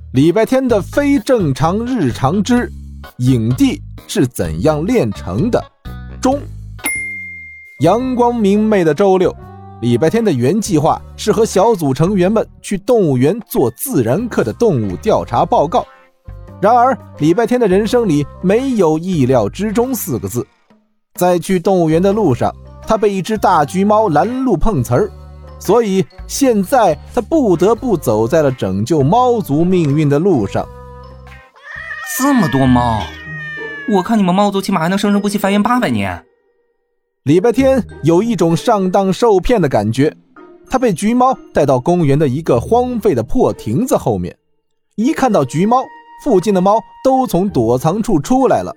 礼拜天的非正常日常之影帝是怎样炼成的中。阳光明媚的周六，礼拜天的原计划是和小组成员们去动物园做自然课的动物调查报告。然而礼拜天的人生里没有意料之中4个字。在去动物园的路上，他被一只大橘猫拦路碰瓷儿，所以现在他不得不走在了拯救猫族命运的路上。 这么多猫，我看你们猫族起码还能生生不息繁衍800年。 礼拜天有一种上当受骗的感觉，他被橘猫带到公园的一个荒废的破亭子后面，一看到橘猫，附近的猫都从躲藏处出来了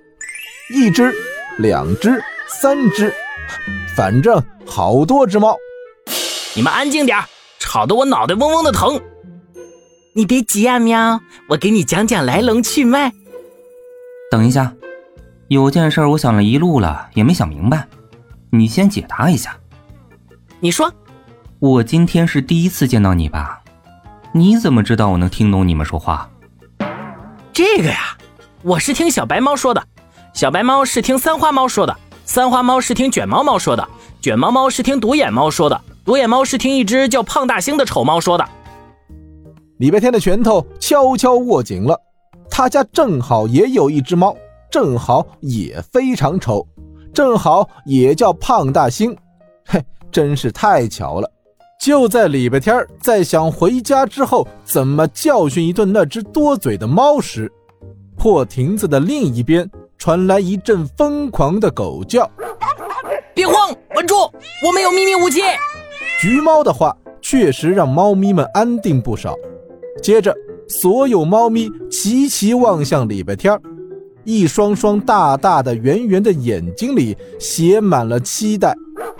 ，1只、2只、3只，反正好多只猫。 你们安静点，吵得我脑袋嗡嗡的疼。 你别急啊，喵，我给你讲讲来龙去脉。 等一下，有件事我想了一路了，也没想明白，你先解答一下。 你说， 我今天是第一次见到你吧？你怎么知道我能听懂你们说话？ 这个呀，我是听小白猫说的，小白猫是听三花猫说的，三花猫是听卷毛猫说的，卷毛猫是听独眼猫说的，独眼猫是听一只叫胖大星的丑猫说的。 礼拜天的拳头悄悄握紧了，他家正好也有一只猫，正好也非常丑，正好也叫胖大星。嘿，真是太巧了。就在礼拜天在想回家之后怎么教训一顿那只多嘴的猫时，破亭子的另一边传来一阵疯狂的狗叫。 别慌，稳住，我们有秘密武器。 橘猫的话确实让猫咪们安定不少。接着所有猫咪齐齐望向礼拜天，一双双大大的圆圆的眼睛里写满了期待。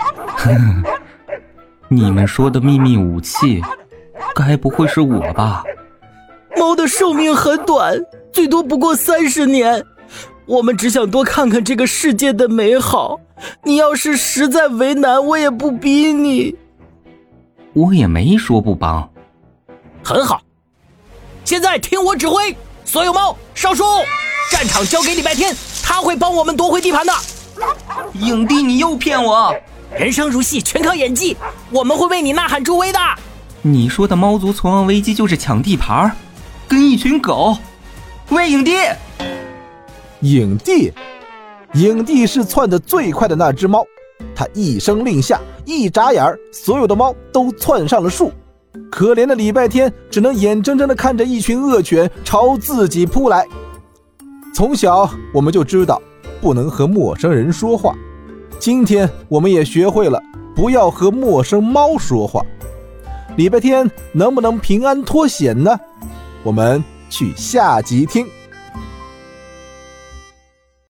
你们说的秘密武器该不会是我吧？ 猫的寿命很短，最多不过30年，我们只想多看看这个世界的美好，你要是实在为难，我也不逼你。 我也没说不帮。 很好，现在听我指挥，所有猫上树，战场交给礼拜天，他会帮我们夺回地盘的。 影帝，你又骗我！ 人生如戏，全靠演技，我们会为你呐喊助威的。 你说的猫族存亡危机就是抢地盘，跟一群狗。喂，影帝！ 影帝是窜得最快的那只猫，他一声令下，一眨眼，所有的猫都窜上了树。可怜的礼拜天只能眼睁睁地看着一群恶犬朝自己扑来。从小我们就知道不能和陌生人说话，今天我们也学会了不要和陌生猫说话。礼拜天能不能平安脱险呢？我们去下集听。